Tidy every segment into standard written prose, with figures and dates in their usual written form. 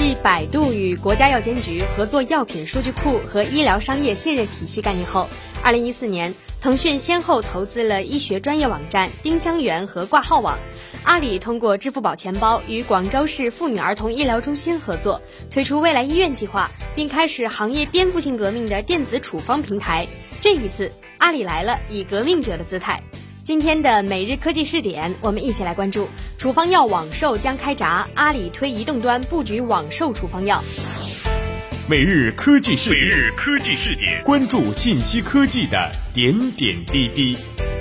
继百度与国家药监局合作药品数据库和医疗商业信任体系概念后，2014年，腾讯先后投资了医学专业网站丁香园和挂号网。阿里通过支付宝钱包与广州市妇女儿童医疗中心合作，推出未来医院计划，并开始行业颠覆性革命的电子处方平台。这一次，阿里来了，以革命者的姿态。今天的每日科技视点，我们一起来关注处方药网售将开闸，阿里推移动端布局网售处方药。 每日科技视点，关注信息科技的点点滴滴。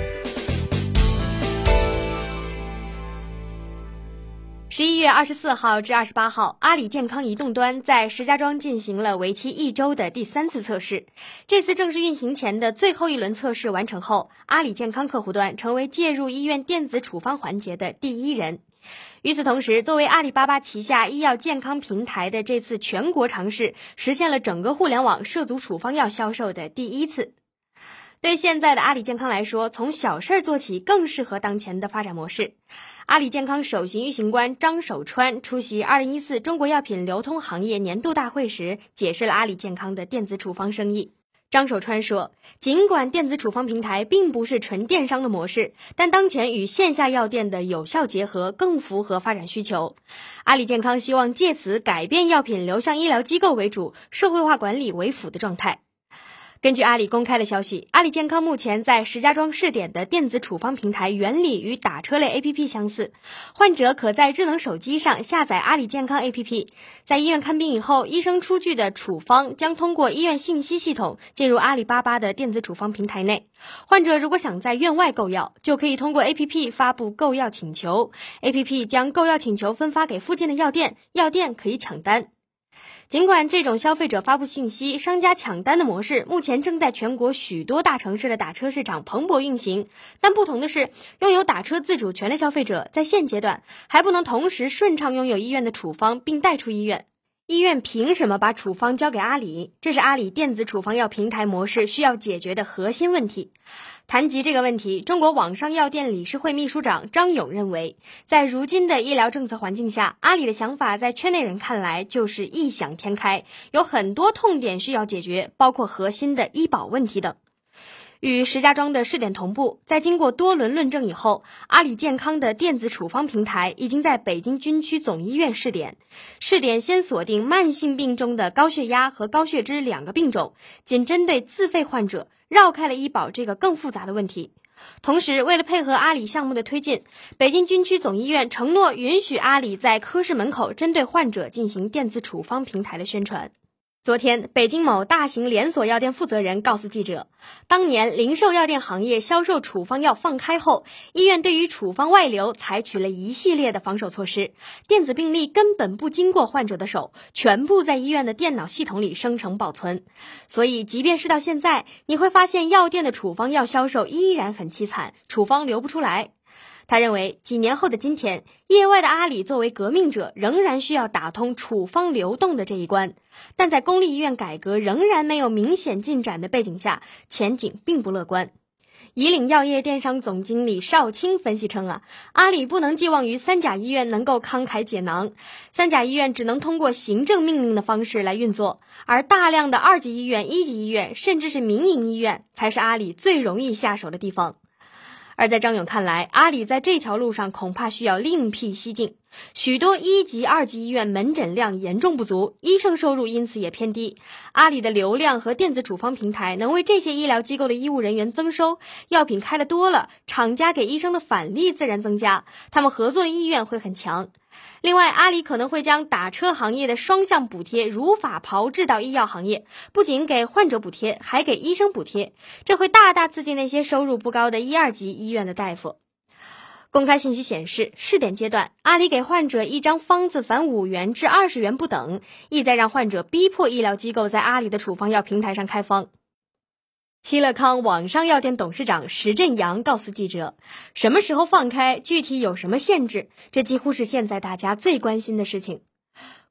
11月24号至28号，阿里健康移动端在石家庄进行了为期1周的第3次测试。这次正式运行前的最后一轮测试完成后，阿里健康客户端成为介入医院电子处方环节的第一人。与此同时，作为阿里巴巴旗下医药健康平台的这次全国尝试，实现了整个互联网涉足处方药销售的第一次。对现在的阿里健康来说，从小事做起更适合当前的发展模式。阿里健康首席运行官张守川出席2014中国药品流通行业年度大会时，解释了阿里健康的电子处方生意。张守川说，尽管电子处方平台并不是纯电商的模式，但当前与线下药店的有效结合更符合发展需求。阿里健康希望借此改变药品流向医疗机构为主、社会化管理为辅的状态。根据阿里公开的消息，阿里健康目前在石家庄试点的电子处方平台原理与打车类 APP 相似，患者可在智能手机上下载阿里健康 APP， 在医院看病以后，医生出具的处方将通过医院信息系统进入阿里巴巴的电子处方平台内。患者如果想在院外购药，就可以通过 APP 发布购药请求， APP 将购药请求分发给附近的药店，药店可以抢单。尽管这种消费者发布信息、商家抢单的模式目前正在全国许多大城市的打车市场蓬勃运行，但不同的是，拥有打车自主权的消费者在现阶段还不能同时顺畅拥有医院的处方并带出医院。医院凭什么把处方交给阿里？这是阿里电子处方药平台模式需要解决的核心问题。谈及这个问题，中国网上药店理事会秘书长张勇认为，在如今的医疗政策环境下，阿里的想法在圈内人看来就是异想天开，有很多痛点需要解决，包括核心的医保问题等。与石家庄的试点同步，在经过多轮论证以后，阿里健康的电子处方平台已经在北京军区总医院试点。试点先锁定慢性病中的高血压和高血脂2个病种，仅针对自费患者，绕开了医保这个更复杂的问题。同时，为了配合阿里项目的推进，北京军区总医院承诺允许阿里在科室门口针对患者进行电子处方平台的宣传。昨天，北京某大型连锁药店负责人告诉记者，当年零售药店行业销售处方药放开后，医院对于处方外流采取了一系列的防守措施，电子病历根本不经过患者的手，全部在医院的电脑系统里生成保存。所以即便是到现在，你会发现药店的处方药销售依然很凄惨，处方流不出来。他认为，几年后的今天，业外的阿里作为革命者，仍然需要打通处方流动的这一关。但在公立医院改革仍然没有明显进展的背景下，前景并不乐观。以岭药业电商总经理邵青分析称阿里不能寄望于三甲医院能够慷慨解囊，三甲医院只能通过行政命令的方式来运作，而大量的2级医院、1级医院，甚至是民营医院，才是阿里最容易下手的地方。而在张勇看来，阿里在这条路上恐怕需要另辟蹊径。许多1级、2级医院门诊量严重不足，医生收入因此也偏低。阿里的流量和电子处方平台能为这些医疗机构的医务人员增收，药品开得多了，厂家给医生的返利自然增加，他们合作的意愿会很强。另外，阿里可能会将打车行业的双向补贴如法炮制到医药行业，不仅给患者补贴，还给医生补贴，这会大大刺激那些收入不高的1、2级医院的大夫。公开信息显示，试点阶段，阿里给患者一张方子返5元至20元不等，意在让患者逼迫医疗机构在阿里的处方药平台上开方。七乐康网上药店董事长石振阳告诉记者，什么时候放开，具体有什么限制，这几乎是现在大家最关心的事情。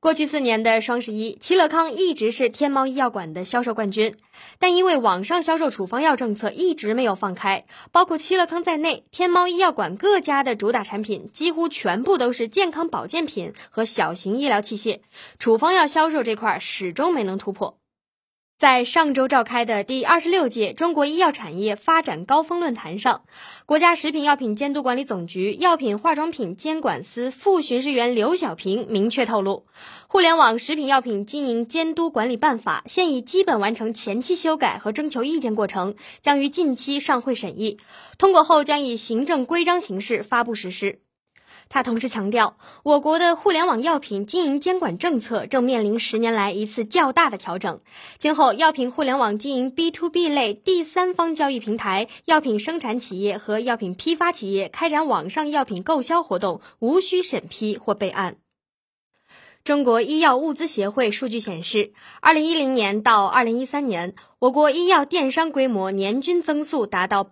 过去4年的双11，齐乐康一直是天猫医药馆的销售冠军，但因为网上销售处方药政策一直没有放开，包括齐乐康在内，天猫医药馆各家的主打产品几乎全部都是健康保健品和小型医疗器械，处方药销售这块始终没能突破。在上周召开的第26届中国医药产业发展高峰论坛上，国家食品药品监督管理总局药品化妆品监管司副巡视员刘小平明确透露，互联网食品药品经营监督管理办法现已基本完成前期修改和征求意见过程，将于近期上会审议，通过后将以行政规章形式发布实施。他同时强调，我国的互联网药品经营监管政策正面临10年来一次较大的调整，今后药品互联网经营 B2B 类第三方交易平台、药品生产企业和药品批发企业开展网上药品购销活动，无需审批或备案。中国医药物资协会数据显示，2010年到2013年，我国医药电商规模年均增速达到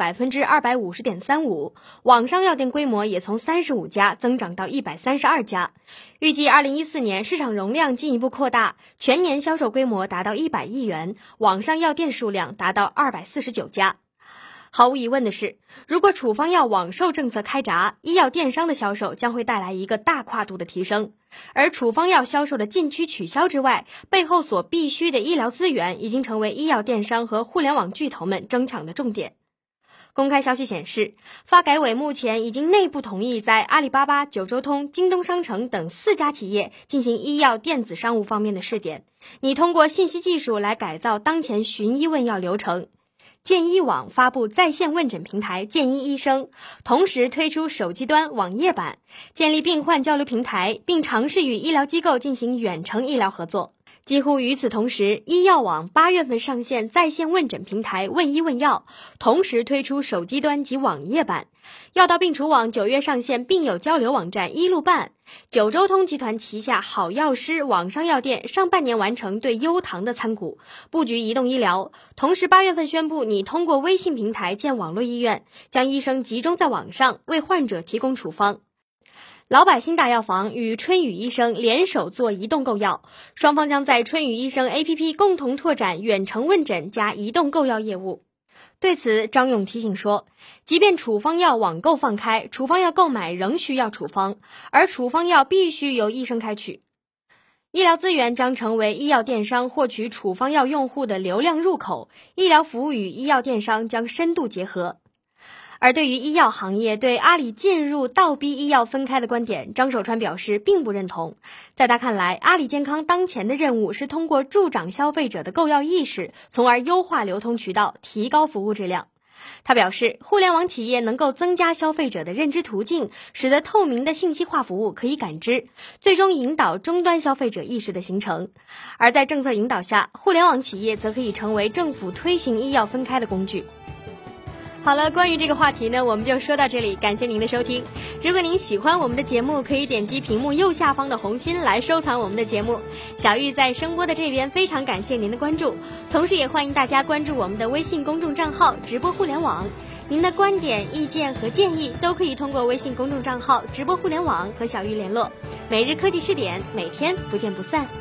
250.35%， 网上药店规模也从35家增长到132家。预计2014年市场容量进一步扩大，全年销售规模达到100亿元，网上药店数量达到249家。毫无疑问的是，如果处方药网售政策开闸，医药电商的销售将会带来一个大跨度的提升。而处方药销售的禁区取消之外，背后所必需的医疗资源已经成为医药电商和互联网巨头们争抢的重点。公开消息显示，发改委目前已经内部同意在阿里巴巴、九州通、京东商城等4家企业进行医药电子商务方面的试点，拟通过信息技术来改造当前寻医问药流程。健医网发布在线问诊平台健医医生，同时推出手机端网页版，建立病患交流平台，并尝试与医疗机构进行远程医疗合作。几乎与此同时，医药网8月份上线在线问诊平台问医问药，同时推出手机端及网页版。药到病除网9月上线病友交流网站医路办。九州通集团旗下好药师网上药店上半年完成对优唐的参股，布局移动医疗。同时8月份宣布拟通过微信平台建网络医院，将医生集中在网上为患者提供处方。老百姓大药房与春雨医生联手做移动购药，双方将在春雨医生 APP 共同拓展远程问诊加移动购药业务。对此，张勇提醒说，即便处方药网购放开，处方药购买仍需要处方，而处方药必须由医生开取。医疗资源将成为医药电商获取处方药用户的流量入口，医疗服务与医药电商将深度结合。而对于医药行业对阿里进入倒逼医药分开的观点，张守川表示并不认同。在他看来，阿里健康当前的任务是通过助长消费者的购药意识，从而优化流通渠道，提高服务质量。他表示，互联网企业能够增加消费者的认知途径，使得透明的信息化服务可以感知，最终引导终端消费者意识的形成。而在政策引导下，互联网企业则可以成为政府推行医药分开的工具。好了，关于这个话题呢，我们就说到这里，感谢您的收听。如果您喜欢我们的节目，可以点击屏幕右下方的红心来收藏我们的节目。小玉在声波的这边非常感谢您的关注，同时也欢迎大家关注我们的微信公众账号直播互联网。您的观点、意见和建议都可以通过微信公众账号直播互联网和小玉联络。每日科技视点，每天不见不散。